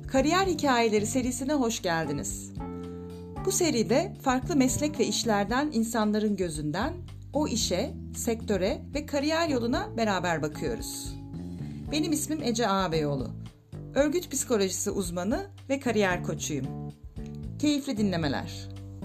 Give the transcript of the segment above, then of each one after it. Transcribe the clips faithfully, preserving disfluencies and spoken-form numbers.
Kariyer Hikayeleri serisine hoş geldiniz. Bu seride farklı meslek ve işlerden insanların gözünden o işe, sektöre ve kariyer yoluna beraber bakıyoruz. Benim ismim Ece Ağabeyoğlu. Örgüt psikolojisi uzmanı ve kariyer koçuyum. Keyifli dinlemeler.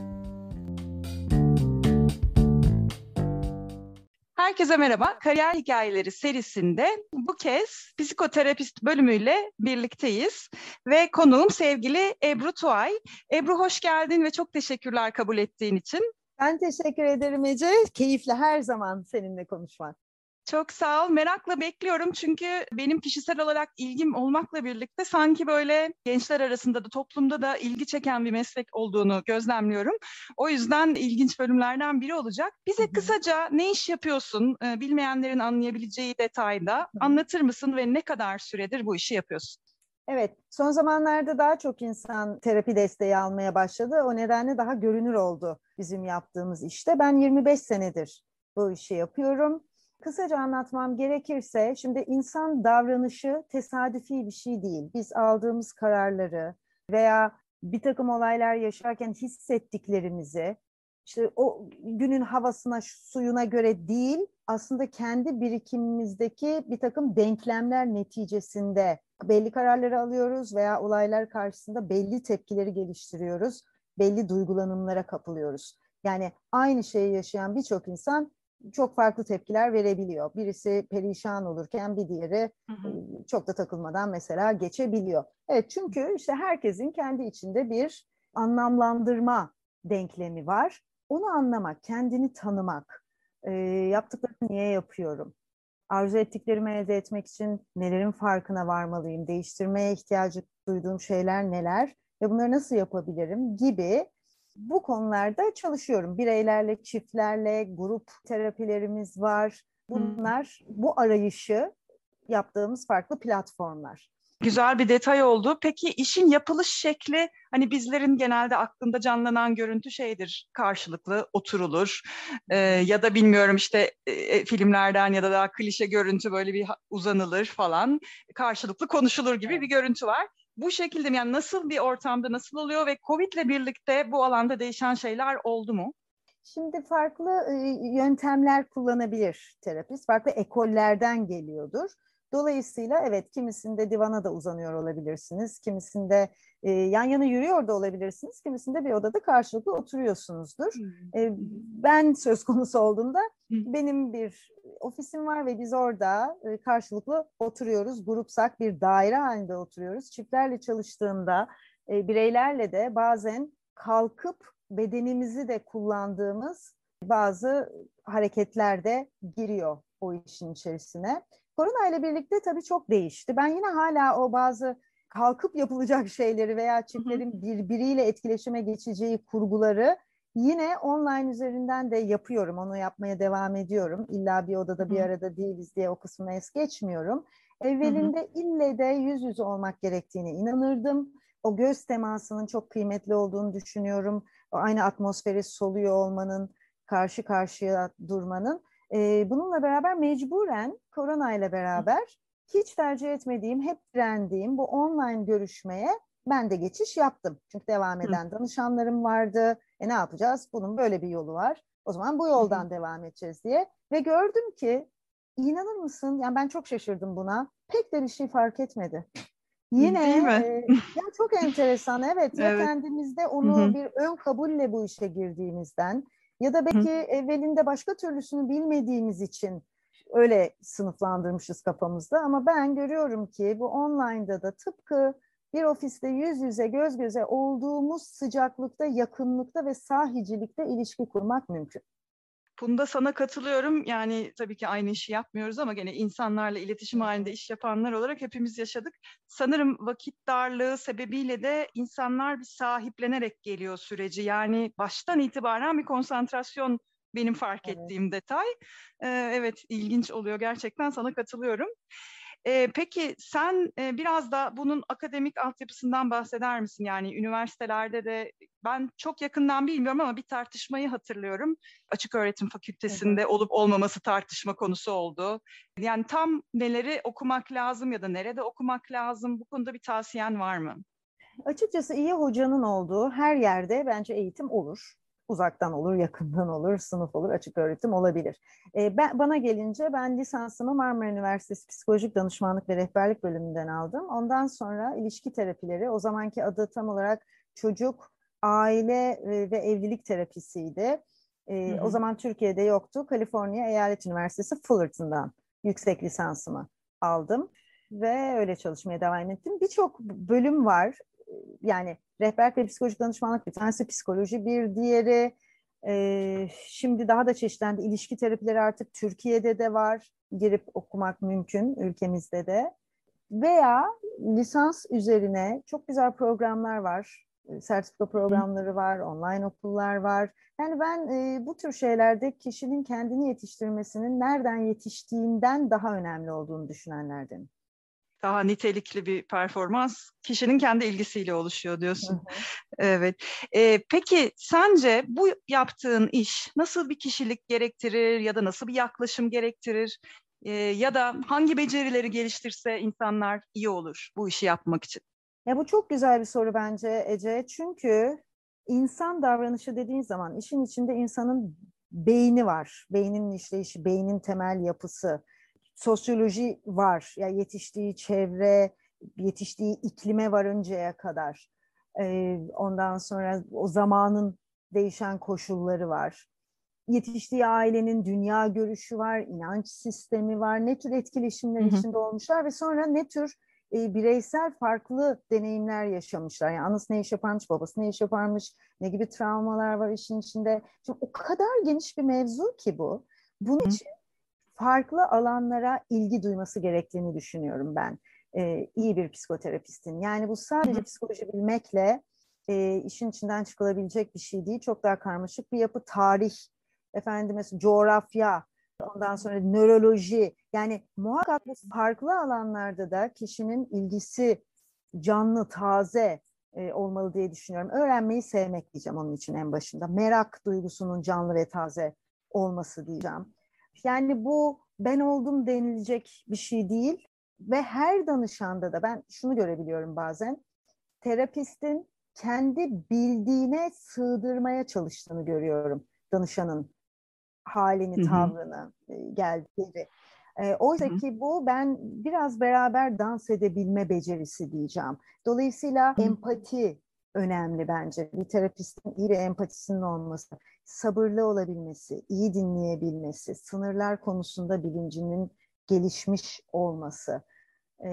Herkese merhaba. Kariyer Hikayeleri serisinde bu kez psikoterapist bölümüyle birlikteyiz. Ve konuğum sevgili Ebru Tuay. Ebru hoş geldin ve çok teşekkürler kabul ettiğin için. Ben teşekkür ederim Ece. Keyifli her zaman seninle konuşmak. Çok sağ ol. Merakla bekliyorum çünkü benim kişisel olarak ilgim olmakla birlikte sanki böyle gençler arasında da toplumda da ilgi çeken bir meslek olduğunu gözlemliyorum. O yüzden ilginç bölümlerden biri olacak. Bize Hı-hı. kısaca ne iş yapıyorsun, bilmeyenlerin anlayabileceği detayda Hı-hı. anlatır mısın ve ne kadar süredir bu işi yapıyorsun? Evet, son zamanlarda daha çok insan terapi desteği almaya başladı. O nedenle daha görünür oldu bizim yaptığımız işte. Ben yirmi beş senedir bu işi yapıyorum. Kısaca anlatmam gerekirse, şimdi insan davranışı tesadüfi bir şey değil. Biz aldığımız kararları veya bir takım olaylar yaşarken hissettiklerimizi, işte o günün havasına, suyuna göre değil, aslında kendi birikimimizdeki bir takım denklemler neticesinde belli kararları alıyoruz veya olaylar karşısında belli tepkileri geliştiriyoruz, belli duygulanımlara kapılıyoruz. Yani aynı şeyi yaşayan birçok insan çok farklı tepkiler verebiliyor. Birisi perişan olurken bir diğeri hı hı. çok da takılmadan mesela geçebiliyor. Evet, çünkü işte herkesin kendi içinde bir anlamlandırma denklemi var. Onu anlamak, kendini tanımak, e, yaptıklarımı niye yapıyorum, arzu ettiklerimi elde etmek için nelerin farkına varmalıyım, değiştirmeye ihtiyacı duyduğum şeyler neler ve bunları nasıl yapabilirim gibi bu konularda çalışıyorum. Bireylerle, çiftlerle, grup terapilerimiz var. Bunlar bu arayışı yaptığımız farklı platformlar. Güzel bir detay oldu. Peki işin yapılış şekli, hani bizlerin genelde aklında canlanan görüntü şeydir, karşılıklı oturulur ee, ya da bilmiyorum işte e, filmlerden ya da daha klişe görüntü böyle bir uzanılır falan, karşılıklı konuşulur gibi evet. bir görüntü var. Bu şekilde mi? Yani nasıl bir ortamda nasıl oluyor ve Covid'le birlikte bu alanda değişen şeyler oldu mu? Şimdi farklı yöntemler kullanabilir terapist, farklı ekollerden geliyordur. Dolayısıyla evet, kimisinde divana da uzanıyor olabilirsiniz, kimisinde e, yan yana yürüyor da olabilirsiniz, kimisinde bir odada karşılıklı oturuyorsunuzdur. E, ben söz konusu olduğumda benim bir ofisim var ve biz orada e, karşılıklı oturuyoruz, grupsak bir daire halinde oturuyoruz. Çiftlerle çalıştığımda e, bireylerle de bazen kalkıp bedenimizi de kullandığımız bazı hareketler de giriyor o işin içerisine. Korona ile birlikte tabii çok değişti. Ben yine hala o bazı kalkıp yapılacak şeyleri veya çiftlerin birbiriyle etkileşime geçeceği kurguları yine online üzerinden de yapıyorum. Onu yapmaya devam ediyorum. İlla bir odada bir arada değiliz diye o kısmına es geçmiyorum. Evvelinde ille de yüz yüze olmak gerektiğine inanırdım. O göz temasının çok kıymetli olduğunu düşünüyorum. O aynı atmosferi soluyor olmanın, karşı karşıya durmanın. Ee, bununla beraber mecburen korona ile beraber hiç tercih etmediğim, hep direndiğim bu online görüşmeye ben de geçiş yaptım. Çünkü devam eden danışanlarım vardı. E ne yapacağız? Bunun böyle bir yolu var. O zaman bu yoldan hı hı. devam edeceğiz diye. Ve gördüm ki, inanır mısın? Yani ben çok şaşırdım buna. Pek de bir şey fark etmedi. Yine e, ya çok enteresan, evet, ya evet. kendimizde onu Hı-hı. bir ön kabulle bu işe girdiğimizden ya da belki Hı-hı. evvelinde başka türlüsünü bilmediğimiz için öyle sınıflandırmışız kafamızda, ama ben görüyorum ki bu online'da da tıpkı bir ofiste yüz yüze göz göze olduğumuz sıcaklıkta, yakınlıkta ve sahicilikte ilişki kurmak mümkün. Bunda sana katılıyorum. Yani tabii ki aynı işi yapmıyoruz ama gene insanlarla iletişim halinde iş yapanlar olarak hepimiz yaşadık. Sanırım vakit darlığı sebebiyle de insanlar bir sahiplenerek geliyor süreci. Yani baştan itibaren bir konsantrasyon benim fark evet. ettiğim detay. Ee, evet, ilginç oluyor gerçekten, sana katılıyorum. Ee, peki sen e, biraz da bunun akademik altyapısından bahseder misin? Yani üniversitelerde de ben çok yakından bilmiyorum ama bir tartışmayı hatırlıyorum. Açık Öğretim Fakültesi'nde evet. olup olmaması tartışma konusu oldu. Yani tam neleri okumak lazım ya da nerede okumak lazım? Bu konuda bir tavsiyen var mı? Açıkçası iyi hocanın olduğu her yerde bence eğitim olur. Uzaktan olur, yakından olur, sınıf olur, açık öğretim olabilir. E, ben, bana gelince ben lisansımı Marmara Üniversitesi Psikolojik Danışmanlık ve Rehberlik bölümünden aldım. Ondan sonra ilişki terapileri, o zamanki adı tam olarak çocuk, aile e, ve evlilik terapisiydi. Hı E, o hı. zaman Türkiye'de yoktu. Kaliforniya Eyalet Üniversitesi Fullerton'dan yüksek lisansımı aldım ve öyle çalışmaya devam ettim. Birçok bölüm var. Yani rehberlik ve psikolojik danışmanlık, bir tanesi psikoloji, bir diğeri e, şimdi daha da çeşitlendi. İlişki terapileri artık Türkiye'de de var. Girip okumak mümkün ülkemizde de. Veya lisans üzerine çok güzel programlar var. Sertifika Hı. programları var, online okullar var. Yani ben e, bu tür şeylerde kişinin kendini yetiştirmesinin nereden yetiştiğinden daha önemli olduğunu düşünenlerdenim. Daha nitelikli bir performans kişinin kendi ilgisiyle oluşuyor Hı diyorsun. hı. Evet. Ee, peki sence bu yaptığın iş nasıl bir kişilik gerektirir ya da nasıl bir yaklaşım gerektirir? Ee, ya da hangi becerileri geliştirse insanlar iyi olur bu işi yapmak için? Ya bu çok güzel bir soru bence Ece. Çünkü insan davranışı dediğin zaman işin içinde insanın beyni var. Beynin işleyişi, beynin temel yapısı, sosyoloji var. Ya yetiştiği çevre, yetiştiği iklime varıncaya kadar. Ee, ondan sonra o zamanın değişen koşulları var. Yetiştiği ailenin dünya görüşü var, inanç sistemi var, ne tür etkileşimler Hı hı. içinde olmuşlar ve sonra ne tür e, bireysel farklı deneyimler yaşamışlar. Yani anası ne iş yaparmış, babası ne iş yaparmış, ne gibi travmalar var işin içinde. Şimdi o kadar geniş bir mevzu ki bu. Bunun için farklı alanlara ilgi duyması gerektiğini düşünüyorum ben. E, iyi bir psikoterapistin. Yani bu Hı sadece hı. psikoloji bilmekle e, işin içinden çıkılabilecek bir şey değil. Çok daha karmaşık bir yapı, tarih, efendim mesela coğrafya, ondan sonra nöroloji. Yani muhakkak bu farklı alanlarda da kişinin ilgisi canlı, taze e, olmalı diye düşünüyorum. Öğrenmeyi sevmek diyeceğim onun için en başında. Merak duygusunun canlı ve taze olması diyeceğim. Yani bu ben oldum denilecek bir şey değil ve her danışanda da ben şunu görebiliyorum bazen. Terapistin kendi bildiğine sığdırmaya çalıştığını görüyorum danışanın halini, Hı hı. tavrını, e, geldiği. E, Hı oysa hı. ki bu ben biraz beraber dans edebilme becerisi diyeceğim. Dolayısıyla empati önemli bence. Bir terapistin iyi bir empatisinin olması, sabırlı olabilmesi, iyi dinleyebilmesi, sınırlar konusunda bilincinin gelişmiş olması. E,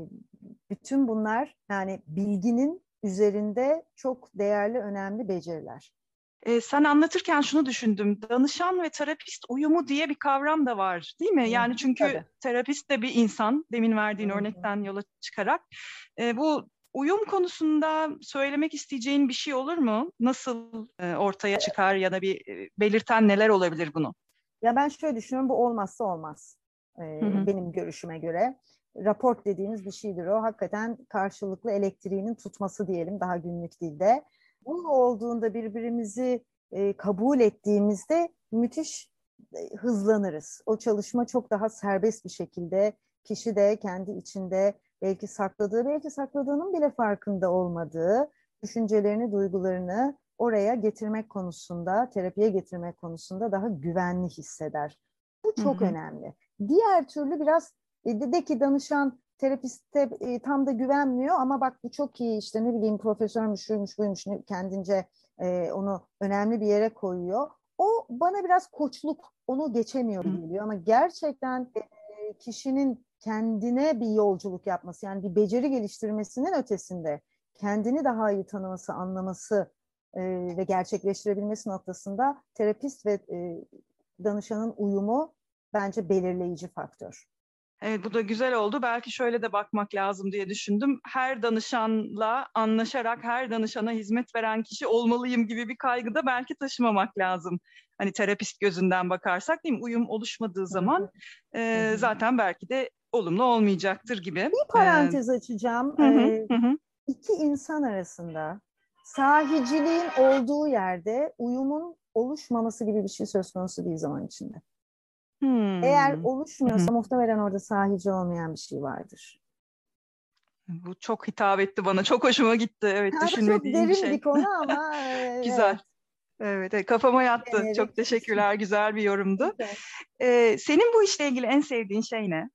bütün bunlar yani bilginin üzerinde çok değerli, önemli beceriler. E, sen anlatırken şunu düşündüm. Danışan ve terapist uyumu diye bir kavram da var, değil mi? Hı hı, Yani çünkü tabii. terapist de bir insan, demin Hı verdiğin hı. örnekten yola çıkarak. E, bu uyum konusunda söylemek isteyeceğin bir şey olur mu? Nasıl e, ortaya çıkar ya da bir e, belirten neler olabilir bunu? Ya ben şöyle düşünüyorum, bu olmazsa olmaz. Hı Ee, hı. benim görüşüme göre. Raport dediğimiz bir şeydir o. Hakikaten karşılıklı elektriğinin tutması diyelim daha günlük dilde. Bu olduğunda birbirimizi e, kabul ettiğimizde müthiş e, hızlanırız. O çalışma çok daha serbest bir şekilde kişi de kendi içinde belki sakladığı, belki sakladığının bile farkında olmadığı düşüncelerini, duygularını oraya getirmek konusunda, terapiye getirmek konusunda daha güvenli hisseder. Bu Hı çok hı. önemli. Diğer türlü biraz e, de ki danışan terapiste e, tam da güvenmiyor ama bak bu çok iyi işte ne bileyim profesörmüş, şuymuş, buymuş ne, kendince e, onu önemli bir yere koyuyor. O bana biraz koçluk, onu geçemiyor gibi geliyor ama gerçekten e, kişinin kendine bir yolculuk yapması yani bir beceri geliştirmesinin ötesinde kendini daha iyi tanıması, anlaması e, ve gerçekleştirebilmesi noktasında terapist ve e, danışanın uyumu bence belirleyici faktör. Evet, bu da güzel oldu. Belki şöyle de bakmak lazım diye düşündüm. Her danışanla anlaşarak her danışana hizmet veren kişi olmalıyım gibi bir kaygı da belki taşımamak lazım. Hani terapist gözünden bakarsak değil mi? Uyum oluşmadığı Hı zaman hı, hı e, hı. zaten belki de olumlu olmayacaktır gibi. Bir E, parantez açacağım. hı hı, Ee, hı hı. iki insan arasında sahiciliğin olduğu yerde uyumun oluşmaması gibi bir şey söz konusu değil zaman içinde. Eğer Hmm, hı hı. oluşmuyorsa muhtemelen orada sahici olmayan bir şey vardır. Bu çok hitap etti bana. Çok hoşuma gitti. Evet, Ha, bu çok düşünmediğim bir derin şey. bir konu ama e, Güzel. evet, Evet, evet, kafama yattı. Çok denerek. teşekkürler. Güzel bir yorumdu. Süper. Ee, senin bu işle ilgili en sevdiğin şey ne?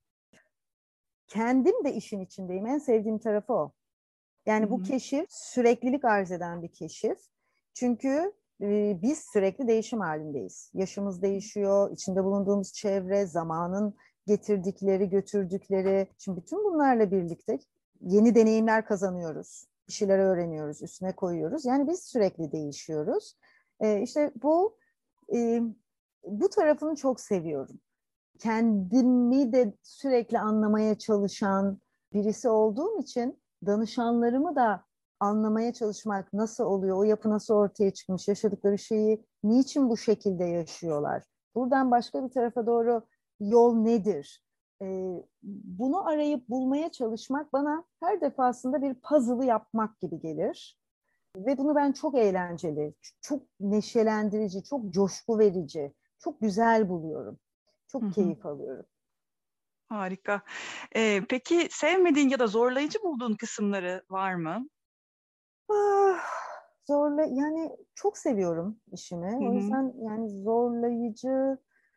Kendim de işin içindeyim. En sevdiğim tarafı o. Hı Yani bu hı. keşif süreklilik arz eden bir keşif. Çünkü e, biz sürekli değişim halindeyiz. Yaşımız değişiyor, içinde bulunduğumuz çevre, zamanın getirdikleri, götürdükleri. Şimdi bütün bunlarla birlikte yeni deneyimler kazanıyoruz. Bir şeyler öğreniyoruz, üstüne koyuyoruz. Yani biz sürekli değişiyoruz. E, işte bu e, bu tarafını çok seviyorum. Kendimi de sürekli anlamaya çalışan birisi olduğum için danışanlarımı da anlamaya çalışmak nasıl oluyor, o yapı nasıl ortaya çıkmış, yaşadıkları şeyi niçin bu şekilde yaşıyorlar? Buradan başka bir tarafa doğru yol nedir? Ee, bunu arayıp bulmaya çalışmak bana her defasında bir puzzle'ı yapmak gibi gelir. Ve bunu ben çok eğlenceli, çok neşelendirici, çok coşku verici, çok güzel buluyorum. Hı Çok hı. keyif alıyorum. Harika. Ee, peki sevmediğin ya da zorlayıcı bulduğun kısımları var mı? Ah, zorla yani çok seviyorum işimi. Hı O hı. yüzden yani zorlayıcı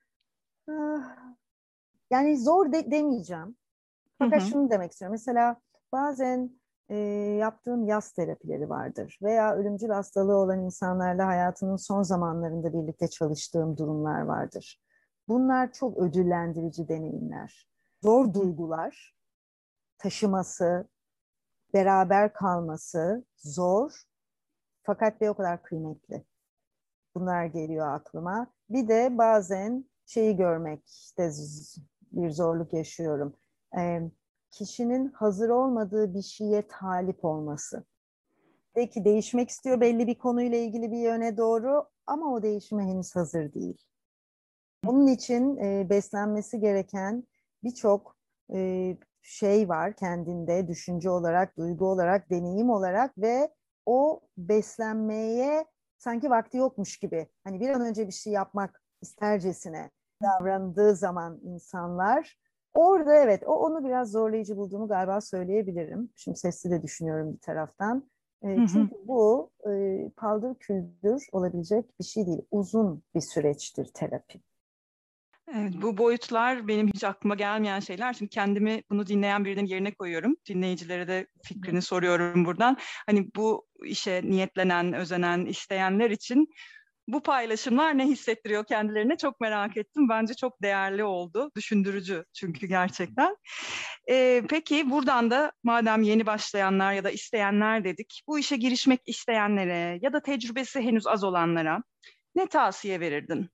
ah, yani zor de, demeyeceğim. Hı Fakat hı. şunu demek istiyorum. Mesela bazen e, yaptığım yaz terapileri vardır veya ölümcül hastalığı olan insanlarla hayatının son zamanlarında birlikte çalıştığım durumlar vardır. Bunlar çok ödüllendirici deneyimler. Hı Zor hı. duygular, taşıması, beraber kalması zor fakat bir o kadar kıymetli. Bunlar geliyor aklıma. Bir de bazen şeyi görmekte bir zorluk yaşıyorum. Ee, kişinin hazır olmadığı bir şeye talip olması. De ki değişmek istiyor belli bir konuyla ilgili bir yöne doğru ama o değişime henüz hazır değil. Onun için e, beslenmesi gereken birçok e, şey var kendinde, düşünce olarak, duygu olarak, deneyim olarak ve o beslenmeye sanki vakti yokmuş gibi. Hani bir an önce bir şey yapmak istercesine davrandığı zaman insanlar orada evet o onu biraz zorlayıcı bulduğumu galiba söyleyebilirim. Şimdi sesli de düşünüyorum bir taraftan. Hı E, hı. çünkü bu e, paldır küldür olabilecek bir şey değil. Uzun bir süreçtir terapi. Evet, bu boyutlar benim hiç aklıma gelmeyen şeyler. Şimdi kendimi bunu dinleyen birinin yerine koyuyorum. Dinleyicilere de fikrini soruyorum buradan. Hani bu işe niyetlenen, özenen, isteyenler için bu paylaşımlar ne hissettiriyor kendilerine çok merak ettim. Bence çok değerli oldu, düşündürücü çünkü gerçekten. Ee, peki buradan da madem yeni başlayanlar ya da isteyenler dedik, bu işe girişmek isteyenlere ya da tecrübesi henüz az olanlara ne tavsiye verirdin?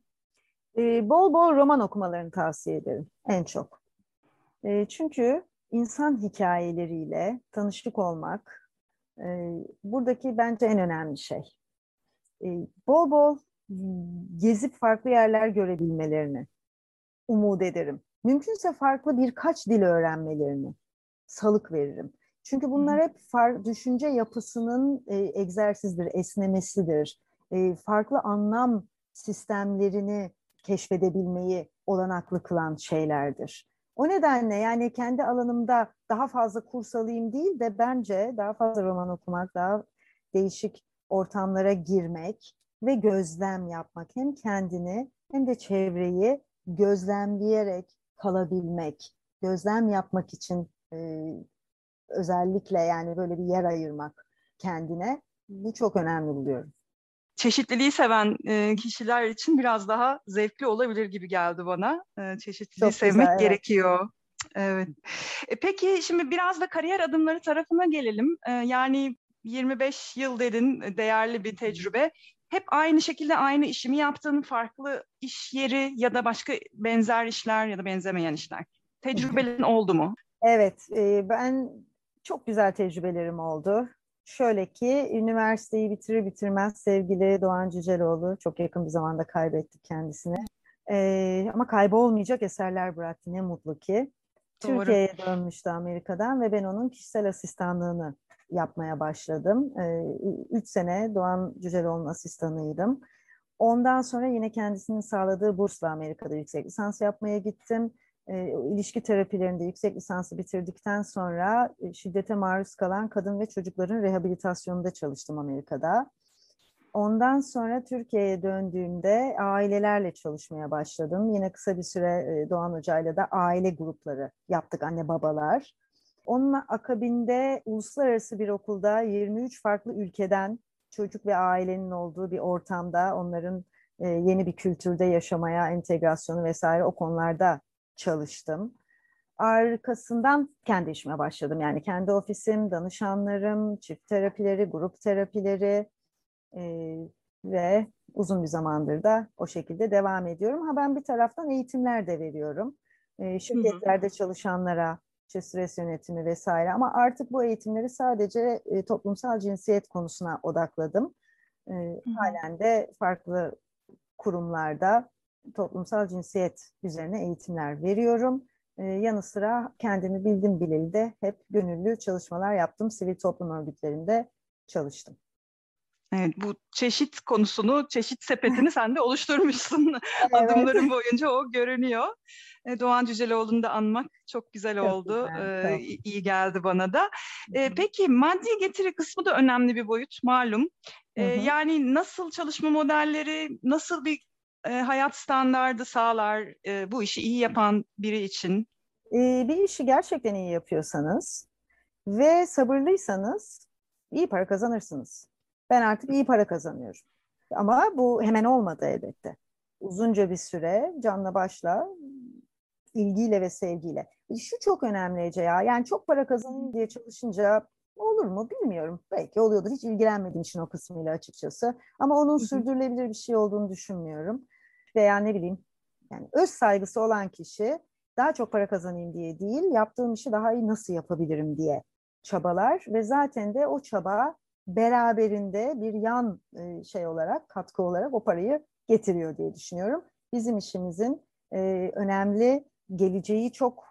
E, bol bol roman okumalarını tavsiye ederim en çok. E, çünkü insan hikayeleriyle tanışık olmak e, buradaki bence en önemli şey. E, bol bol gezip farklı yerler görebilmelerini umut ederim. Mümkünse farklı birkaç dil öğrenmelerini salık veririm. Çünkü Hı bunlar hep far, düşünce yapısının e, egzersizdir, esnemesidir. E, farklı anlam sistemlerini keşfedebilmeyi olanaklı kılan şeylerdir. O nedenle yani kendi alanımda daha fazla kurs alayım değil de bence daha fazla roman okumak, daha değişik ortamlara girmek ve gözlem yapmak. Hem kendini hem de çevreyi gözlemleyerek kalabilmek, gözlem yapmak için e, özellikle yani böyle bir yer ayırmak kendine bu çok önemli buluyorum. Çeşitliliği seven e, kişiler için biraz daha zevkli olabilir gibi geldi bana. E, çeşitliliği Çok sevmek güzel, evet. gerekiyor. Evet. E, peki şimdi biraz da kariyer adımları tarafına gelelim. E, yani yirmi beş yıl dedin, e, değerli bir tecrübe. Hep aynı şekilde aynı işimi yaptığın farklı iş yeri ya da başka benzer işler ya da benzemeyen işler. Tecrübelerin oldu mu? Evet, e, ben çok güzel tecrübelerim oldu. Şöyle ki üniversiteyi bitirir bitirmez sevgili Doğan Cüceloğlu çok yakın bir zamanda kaybettik kendisini. E, ama kaybolmayacak eserler bıraktı ne mutlu ki. Doğru. Türkiye'ye dönmüştü Amerika'dan ve ben onun kişisel asistanlığını yapmaya başladım. E, üç sene Doğan Cüceloğlu'nun asistanıydım. Ondan sonra yine kendisinin sağladığı bursla Amerika'da yüksek lisans yapmaya gittim. E, ilişki terapilerinde yüksek lisansı bitirdikten sonra e, şiddete maruz kalan kadın ve çocukların rehabilitasyonunda çalıştım Amerika'da. Ondan sonra Türkiye'ye döndüğümde ailelerle çalışmaya başladım. Yine kısa bir süre e, Doğan Hoca'yla da aile grupları yaptık, anne babalar. Onun akabinde uluslararası bir okulda yirmi üç farklı ülkeden çocuk ve ailenin olduğu bir ortamda onların e, yeni bir kültürde yaşamaya, entegrasyonu vesaire o konularda çalıştım. Arkasından kendi işime başladım. Yani kendi ofisim, danışanlarım, çift terapileri, grup terapileri e, ve uzun bir zamandır da o şekilde devam ediyorum. Ha ben bir taraftan eğitimler de veriyorum. E, Hı hı. şirketlerde çalışanlara, işte stres yönetimi vesaire ama artık bu eğitimleri sadece e, toplumsal cinsiyet konusuna odakladım. E, Hı hı. halen de farklı kurumlarda toplumsal cinsiyet üzerine eğitimler veriyorum. Ee, yanı sıra kendimi bildim bileli de hep gönüllü çalışmalar yaptım. Sivil toplum örgütlerinde çalıştım. Evet, bu çeşit konusunu, çeşit sepetini sen de oluşturmuşsun. Evet. Adımların boyunca o görünüyor. E, Doğan Cüceloğlu'nu da anmak çok güzel Çok oldu. güzel, E, çok. iyi geldi bana da. Hı E, hı. peki maddi getiri kısmı da önemli bir boyut malum. E, Hı hı. yani nasıl çalışma modelleri, nasıl bir e, hayat standardı sağlar e, bu işi iyi yapan biri için? Ee, bir işi gerçekten iyi yapıyorsanız ve sabırlıysanız iyi para kazanırsınız. Ben artık iyi para kazanıyorum. Ama bu hemen olmadı elbette. Uzunca bir süre canla başla ilgiyle ve sevgiyle. E, Şu çok önemli Ece ya. Yani çok para kazanayım diye çalışınca olur mu bilmiyorum. Belki oluyordur. Hiç ilgilenmediğim için o kısmıyla açıkçası. Ama onun Hı hı. sürdürülebilir bir şey olduğunu düşünmüyorum. Veya ne bileyim yani öz saygısı olan kişi daha çok para kazanayım diye değil, yaptığım işi daha iyi nasıl yapabilirim diye çabalar ve zaten de o çaba beraberinde bir yan e, şey olarak, katkı olarak o parayı getiriyor diye düşünüyorum. Bizim işimizin e, önemli, geleceği çok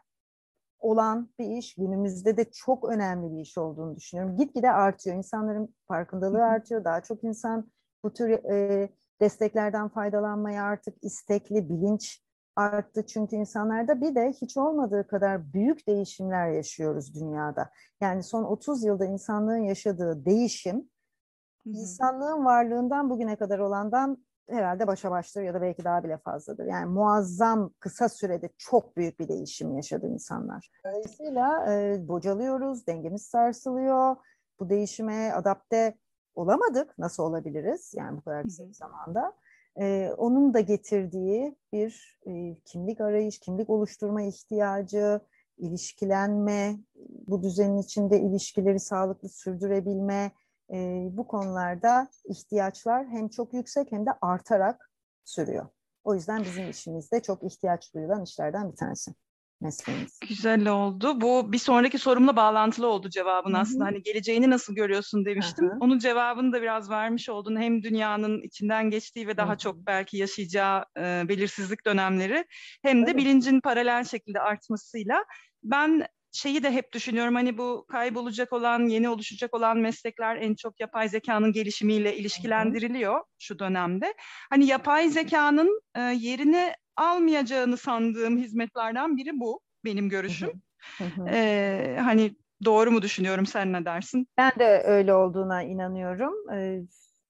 olan bir iş, günümüzde de çok önemli bir iş olduğunu düşünüyorum. Gitgide artıyor, insanların farkındalığı artıyor, daha çok insan bu tür e, desteklerden faydalanmaya artık istekli, bilinç arttı. Çünkü insanlarda bir de hiç olmadığı kadar büyük değişimler yaşıyoruz dünyada. Yani son otuz yılda insanlığın yaşadığı değişim, Hı hı. insanlığın varlığından bugüne kadar olandan herhalde başa baştır ya da belki daha bile fazladır. Yani muazzam kısa sürede çok büyük bir değişim yaşadı insanlar. Dolayısıyla e, bocalıyoruz, dengemiz sarsılıyor. Bu değişime adapte olamadık. Nasıl olabiliriz? Yani bu kadar Hı kısa hı. bir zamanda. E, onun da getirdiği bir e, kimlik arayış, kimlik oluşturma ihtiyacı, ilişkilenme, bu düzenin içinde ilişkileri sağlıklı sürdürebilme, e, bu konularda ihtiyaçlar hem çok yüksek hem de artarak sürüyor. O yüzden bizim işimizde çok ihtiyaç duyulan işlerden bir tanesi mesleğimiz. Güzel oldu. Bu bir sonraki sorumla bağlantılı oldu cevabın Hı aslında. hı. Hani geleceğini nasıl görüyorsun Hı demiştim. hı. Onun cevabını da biraz vermiş oldun. Hem dünyanın içinden geçtiği ve Hı daha hı. çok belki yaşayacağı e, belirsizlik dönemleri hem de Tabii. bilincin paralel şekilde artmasıyla. Ben şeyi de hep düşünüyorum hani bu kaybolacak olan, yeni oluşacak olan meslekler en çok yapay zekanın gelişimiyle Hı hı. ilişkilendiriliyor şu dönemde. Hani yapay zekanın e, yerini almayacağını sandığım hizmetlerden biri bu benim Hı görüşüm. hı. Hı hı. Ee, hani doğru mu düşünüyorum, sen ne dersin? Ben de öyle olduğuna inanıyorum. Ee,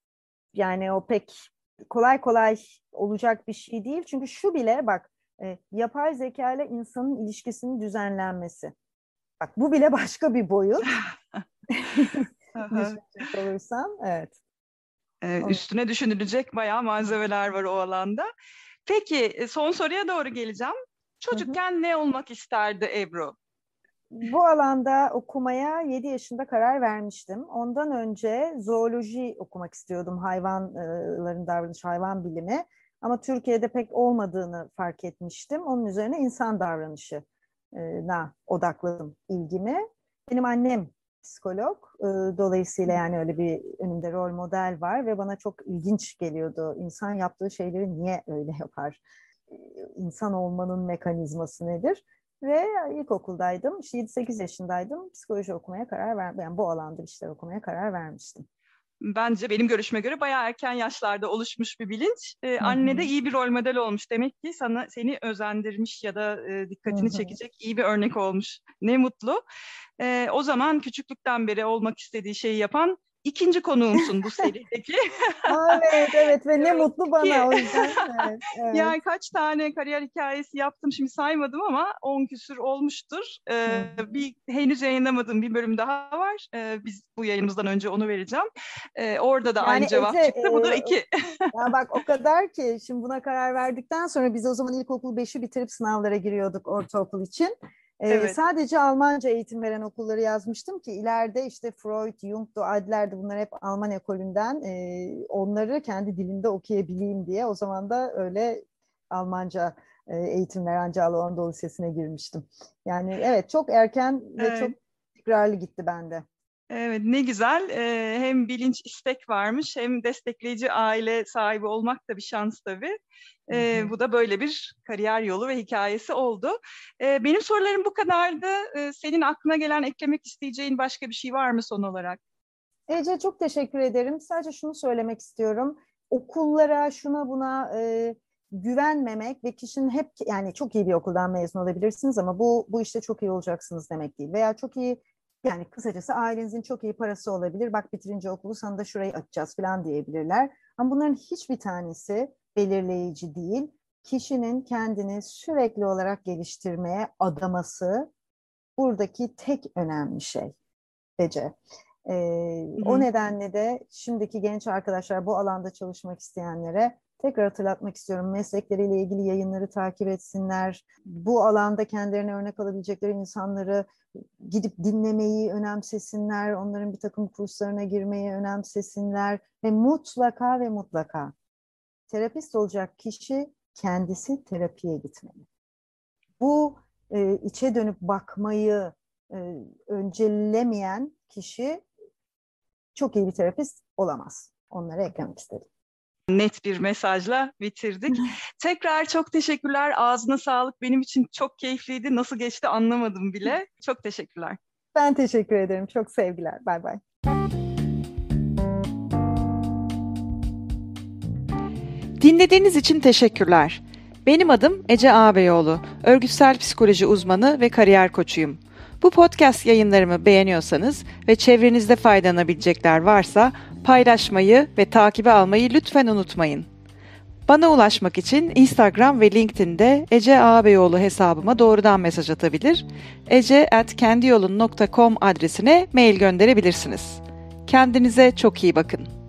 yani o pek kolay kolay olacak bir şey değil. Çünkü şu bile bak e, yapay zeka ile insanın ilişkisinin düzenlenmesi. Bak bu bile başka bir boyut. Aha. Düşünecek olursam evet. Ee, O- üstüne düşünülecek bayağı malzemeler var o alanda. Peki e, son soruya doğru geleceğim. Hı hı. Çocukken ne olmak isterdi Ebru? Bu alanda okumaya yedi yaşında karar vermiştim. Ondan önce zooloji okumak istiyordum, hayvanların davranışı, hayvan bilimi. Ama Türkiye'de pek olmadığını fark etmiştim. Onun üzerine insan davranışına odakladım ilgimi. Benim annem psikolog. E, Dolayısıyla yani öyle bir önümde rol model var ve bana çok ilginç geliyordu. İnsan yaptığı şeyleri niye öyle yapar? E, İnsan olmanın mekanizması nedir? Ve ilkokuldaydım. İşte yedi sekiz yaşındaydım. Psikoloji okumaya karar verdim. Yani bu alanda bir şeyler okumaya karar vermiştim. bence benim görüşme göre bayağı erken yaşlarda oluşmuş bir bilinç. Ee, anne de iyi bir rol model olmuş. Demek ki sana seni özendirmiş ya da e, dikkatini Hı hı. çekecek iyi bir örnek olmuş. Ne mutlu. Ee, o zaman küçüklükten beri olmak istediği şeyi yapan ikinci konuğumsun bu serideki. Evet, evet ve ne Evet, mutlu bana ki- o yüzden. Evet, evet. Yani kaç tane kariyer hikayesi yaptım şimdi saymadım ama on küsür olmuştur. Ee, Hı hı. bir henüz yayınlamadığım bir bölüm daha var. Ee, biz bu yayınımızdan önce onu vereceğim. Ee, orada da Yani aynı Ece, cevap çıktı. Bu da e, iki. ya bak o kadar ki şimdi buna karar verdikten sonra biz o zaman ilkokul beşi bitirip sınavlara giriyorduk ortaokul için. Ee, Evet. sadece Almanca eğitim veren okulları yazmıştım ki ileride işte Freud, Jung'du, Adler'di bunlar hep Alman ekolünden e, onları kendi dilimde okuyabileyim diye. O zaman da öyle Almanca e, eğitim veren Cağaloğlu Anadolu Lisesi'ne girmiştim. Yani evet çok erken ve çok Evet. tekrarlı gitti bende. Evet, ne güzel. Ee, hem bilinç, istek varmış, hem destekleyici aile sahibi olmak da bir şans tabii. Hı Ee, hı. bu da böyle bir kariyer yolu ve hikayesi oldu. Ee, benim sorularım bu kadardı. Ee, senin aklına gelen, eklemek isteyeceğin başka bir şey var mı son olarak? Ece çok teşekkür ederim. Sadece şunu söylemek istiyorum. Okullara, şuna buna e, güvenmemek ve kişinin hep yani çok iyi bir okuldan mezun olabilirsiniz ama bu bu işte çok iyi olacaksınız demek değil. Veya çok iyi yani kısacası ailenizin çok iyi parası olabilir. Bak bitirince okulu sana da şurayı açacağız falan diyebilirler. Ama bunların hiçbir tanesi belirleyici değil. Kişinin kendini sürekli olarak geliştirmeye adaması buradaki tek önemli şey Ece. Ee, Hı o hı. nedenle de şimdiki genç arkadaşlar bu alanda çalışmak isteyenlere tekrar hatırlatmak istiyorum. Meslekleriyle ilgili yayınları takip etsinler. Bu alanda kendilerine örnek alabilecekleri insanları gidip dinlemeyi önemsesinler. Onların bir takım kurslarına girmeyi önemsesinler. Ve mutlaka ve mutlaka terapist olacak kişi kendisi terapiye gitmeli. Bu e, içe dönüp bakmayı e, öncelemeyen kişi çok iyi bir terapist olamaz. Onları eklemek istedim. Net bir mesajla bitirdik. Tekrar çok teşekkürler. Ağzına sağlık. Benim için çok keyifliydi. Nasıl geçti anlamadım bile. Çok teşekkürler. Ben teşekkür ederim. Çok sevgiler. Bay bay. Dinlediğiniz için teşekkürler. Benim adım Ece Ağabeyoğlu. Örgütsel psikoloji uzmanı ve kariyer koçuyum. Bu podcast yayınlarımı beğeniyorsanız ve çevrenizde faydalanabilecekler varsa paylaşmayı ve takibe almayı lütfen unutmayın. Bana ulaşmak için Instagram ve LinkedIn'de Ece Ağabeyoğlu hesabıma doğrudan mesaj atabilir, ece at kendiyolun nokta com adresine mail gönderebilirsiniz. Kendinize çok iyi bakın.